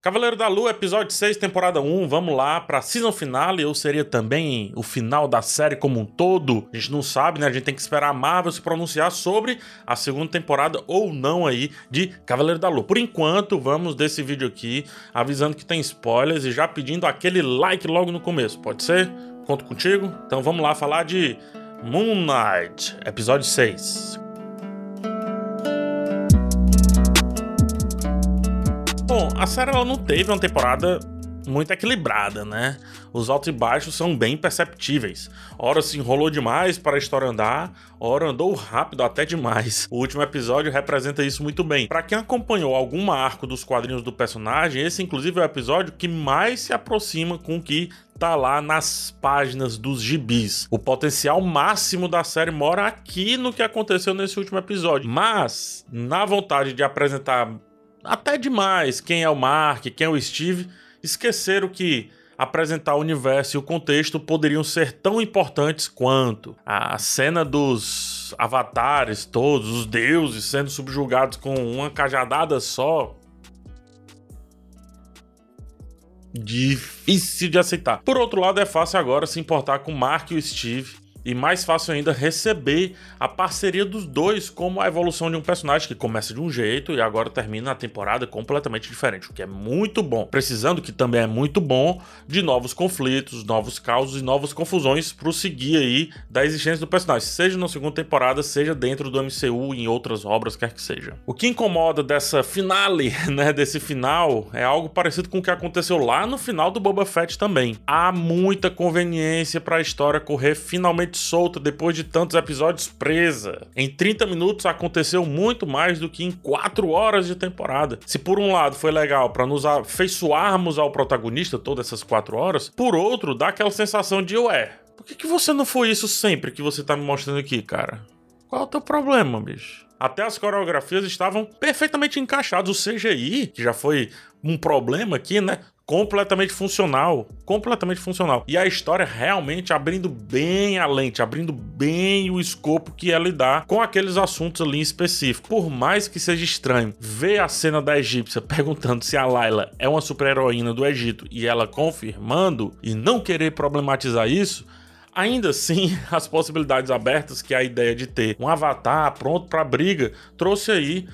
Cavaleiro da Lua, episódio 6, temporada 1, vamos lá pra season finale, ou seria também o final da série como um todo? A gente não sabe, né? A gente tem que esperar a Marvel se pronunciar sobre a segunda temporada ou não aí de Cavaleiro da Lua. Por enquanto, vamos desse vídeo aqui avisando que tem spoilers e já pedindo aquele like logo no começo, pode ser? Conto contigo? Então vamos lá falar de Moon Knight, episódio 6. Bom, a série ela não teve uma temporada muito equilibrada, né? Os altos e baixos são bem perceptíveis. Ora se enrolou demais para a história andar, ora andou rápido até demais. O último episódio representa isso muito bem. Para quem acompanhou algum arco dos quadrinhos do personagem, esse inclusive é o episódio que mais se aproxima com o que tá lá nas páginas dos gibis. O potencial máximo da série mora aqui no que aconteceu nesse último episódio. Mas, na vontade de apresentar até demais quem é o Mark, quem é o Steve, esqueceram que apresentar o universo e o contexto poderiam ser tão importantes quanto a cena dos avatares todos, os deuses sendo subjugados com uma cajadada só. Difícil de aceitar. Por outro lado, é fácil agora se importar com o Mark e o Steve, e mais fácil ainda receber a parceria dos dois como a evolução de um personagem que começa de um jeito e agora termina a temporada completamente diferente, o que é muito bom. Precisando, que também é muito bom, de novos conflitos, novos causos e novas confusões prosseguir aí da existência do personagem, seja na segunda temporada, seja dentro do MCU, em outras obras, quer que seja. O que incomoda dessa finale, né, desse final, é algo parecido com o que aconteceu lá no final do Boba Fett também. Há muita conveniência para a história correr finalmente solta depois de tantos episódios presa. Em 30 minutos aconteceu muito mais do que em 4 horas de temporada. Se por um lado foi legal para nos afeiçoarmos ao protagonista todas essas 4 horas, por outro dá aquela sensação de por que você não foi isso sempre que você tá me mostrando aqui, cara? Qual é o teu problema, bicho? Até as coreografias estavam perfeitamente encaixadas. O CGI, que já foi um problema aqui, né? Completamente funcional. E a história realmente abrindo bem a lente, abrindo bem o escopo que ela lidar com aqueles assuntos ali em específico. Por mais que seja estranho ver a cena da egípcia perguntando se a Layla é uma super-heroína do Egito e ela confirmando e não querer problematizar isso, ainda assim, as possibilidades abertas que a ideia de ter um avatar pronto para briga trouxe aí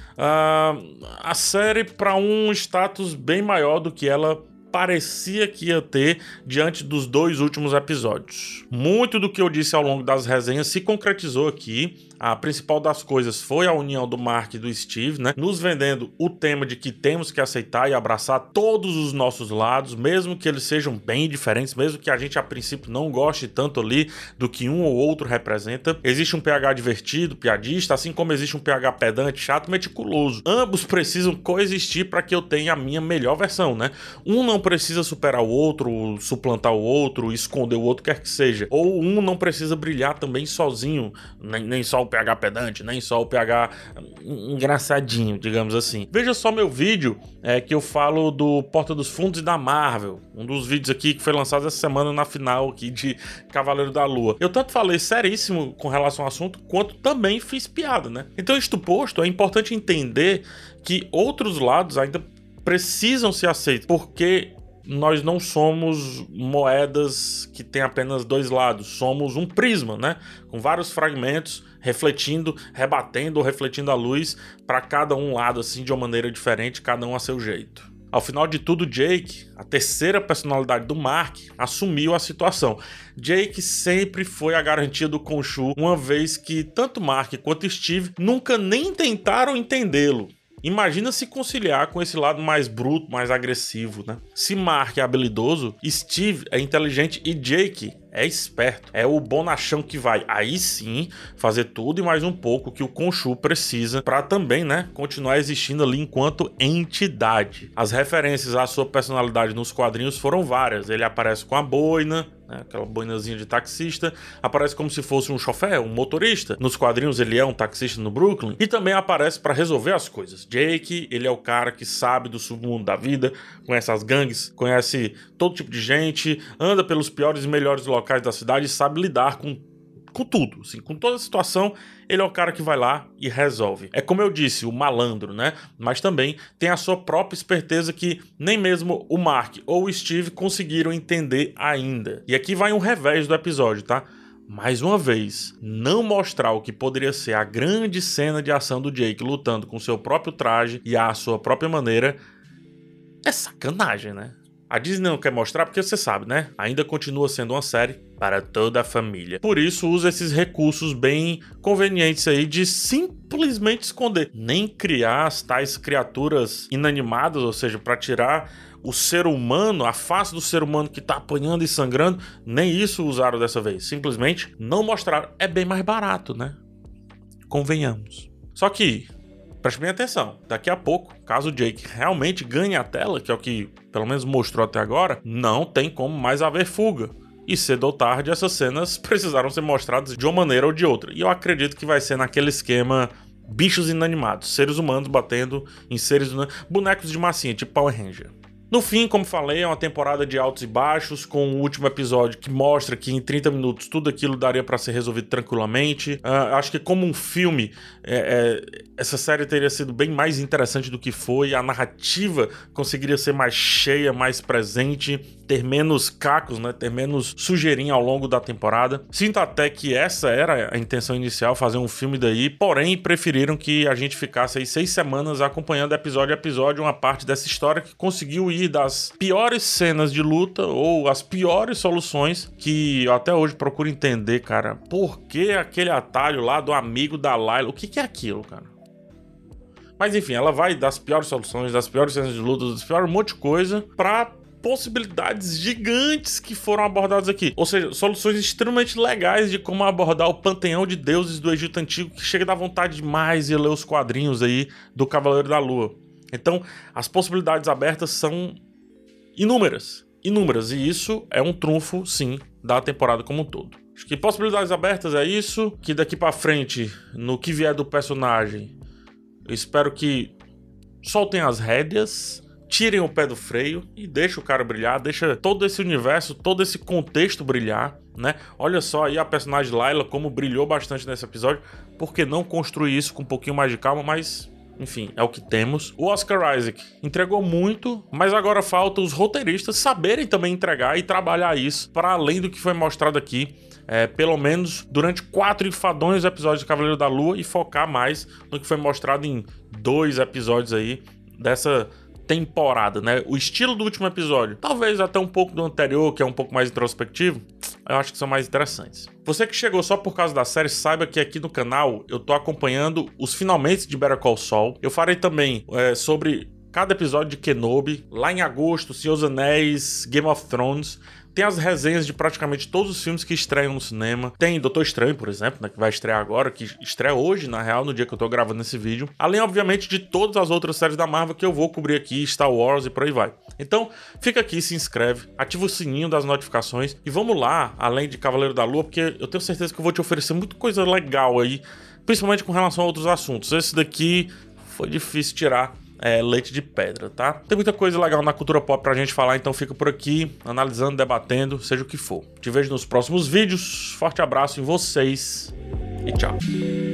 a série para um status bem maior do que ela parecia que ia ter diante dos 2 últimos episódios. Muito do que eu disse ao longo das resenhas se concretizou aqui. A principal das coisas foi a união do Mark e do Steve, né? Nos vendendo o tema de que temos que aceitar e abraçar todos os nossos lados, mesmo que eles sejam bem diferentes, mesmo que a gente a princípio não goste tanto ali do que um ou outro representa. Existe um PH divertido, piadista, assim como existe um PH pedante, chato, meticuloso. Ambos precisam coexistir para que eu tenha a minha melhor versão, né? Um não precisa superar o outro, suplantar o outro, esconder o outro, quer que seja. Ou um não precisa brilhar também sozinho, nem só o PH pedante, nem só o PH engraçadinho, digamos assim. Veja só meu vídeo que eu falo do Porta dos Fundos e da Marvel, um dos vídeos aqui que foi lançado essa semana na final aqui de Cavaleiro da Lua. Eu tanto falei seríssimo com relação ao assunto, quanto também fiz piada, né? Então, isto posto, é importante entender que outros lados ainda precisam ser aceitos, porque nós não somos moedas que tem apenas 2 lados, somos um prisma, né? Com vários fragmentos refletindo, rebatendo ou refletindo a luz para cada um lado, assim, de uma maneira diferente, cada um a seu jeito. Ao final de tudo, Jake, a terceira personalidade do Mark, assumiu a situação. Jake sempre foi a garantia do Khonshu, uma vez que tanto Mark quanto Steve nunca nem tentaram entendê-lo. Imagina se conciliar com esse lado mais bruto, mais agressivo, né? Se Mark é habilidoso, Steve é inteligente e Jake é esperto. É o bonachão que vai, aí sim, fazer tudo e mais um pouco que o Khonshu precisa para também, né, continuar existindo ali enquanto entidade. As referências à sua personalidade nos quadrinhos foram várias. Ele aparece com a boina, né, aquela boinazinha de taxista, aparece como se fosse um chofer, um motorista. Nos quadrinhos ele é um taxista no Brooklyn e também aparece para resolver as coisas. Jake, ele é o cara que sabe do submundo da vida, conhece as gangues, conhece todo tipo de gente, anda pelos piores e melhores locais da cidade e sabe lidar com com tudo, assim, com toda a situação, ele é o cara que vai lá e resolve. É como eu disse, o malandro, né? Mas também tem a sua própria esperteza que nem mesmo o Mark ou o Steve conseguiram entender ainda. E aqui vai um revés do episódio, tá? Mais uma vez, não mostrar o que poderia ser a grande cena de ação do Jake lutando com seu próprio traje e à sua própria maneira é sacanagem, né? A Disney não quer mostrar porque você sabe, né? Ainda continua sendo uma série para toda a família. Por isso usa esses recursos bem convenientes aí de simplesmente esconder. Nem criar as tais criaturas inanimadas, ou seja, para tirar o ser humano, a face do ser humano que tá apanhando e sangrando, nem isso usaram dessa vez. Simplesmente não mostraram. É bem mais barato, né? Convenhamos. Só que, preste bem atenção, daqui a pouco, caso o Jake realmente ganhe a tela, que é o que pelo menos mostrou até agora, não tem como mais haver fuga. E cedo ou tarde essas cenas precisaram ser mostradas de uma maneira ou de outra. E eu acredito que vai ser naquele esquema bichos inanimados, seres humanos batendo em seres bonecos de massinha, tipo Power Ranger. No fim, como falei, é uma temporada de altos e baixos, com o último episódio que mostra que em 30 minutos tudo aquilo daria pra ser resolvido tranquilamente. Acho que como um filme, essa série teria sido bem mais interessante do que foi, a narrativa conseguiria ser mais cheia, mais presente, ter menos cacos, né? Ter menos sujeirinha ao longo da temporada. Sinto até que essa era a intenção inicial, fazer um filme daí, porém preferiram que a gente ficasse aí 6 semanas acompanhando episódio a episódio uma parte dessa história que conseguiu ir das piores cenas de luta ou as piores soluções que eu até hoje procuro entender, cara. Por que aquele atalho lá do amigo da Layla? O que é aquilo, cara? Mas enfim, ela vai das piores soluções, das piores cenas de luta, das piores um monte de coisa pra possibilidades gigantes que foram abordadas aqui. Ou seja, soluções extremamente legais de como abordar o panteão de deuses do Egito Antigo, que chega a dar vontade demais de ler os quadrinhos aí do Cavaleiro da Lua. Então, as possibilidades abertas são inúmeras, e isso é um trunfo, sim, da temporada como um todo. Acho que possibilidades abertas é isso, que daqui pra frente, no que vier do personagem, eu espero que soltem as rédeas, tirem o pé do freio e deixem o cara brilhar, deixa todo esse universo, todo esse contexto brilhar, né? Olha só aí a personagem Layla como brilhou bastante nesse episódio, por que não construir isso com um pouquinho mais de calma, mas... enfim, é o que temos. O Oscar Isaac entregou muito, mas agora falta os roteiristas saberem também entregar e trabalhar isso para além do que foi mostrado aqui, pelo menos durante 4 enfadonhos episódios de Cavaleiro da Lua, e focar mais no que foi mostrado em 2 episódios aí dessa temporada, né? O estilo do último episódio, talvez até um pouco do anterior, que é um pouco mais introspectivo, eu acho que são mais interessantes. Você que chegou só por causa da série, saiba que aqui no canal eu tô acompanhando os finalmente de Better Call Saul. Eu farei também sobre cada episódio de Kenobi. Lá em agosto, Senhor dos Anéis, Game of Thrones. Tem as resenhas de praticamente todos os filmes que estreiam no cinema. Tem Doutor Estranho, por exemplo, né, que vai estrear agora, que estreia hoje, na real, no dia que eu tô gravando esse vídeo. Além, obviamente, de todas as outras séries da Marvel que eu vou cobrir aqui, Star Wars e por aí vai. Então, fica aqui, se inscreve, ativa o sininho das notificações e vamos lá, além de Cavaleiro da Lua, porque eu tenho certeza que eu vou te oferecer muita coisa legal aí, principalmente com relação a outros assuntos. Esse daqui foi difícil tirar leite de pedra, tá? Tem muita coisa legal na cultura pop pra gente falar, então fica por aqui, analisando, debatendo, seja o que for. Te vejo nos próximos vídeos, forte abraço em vocês e tchau!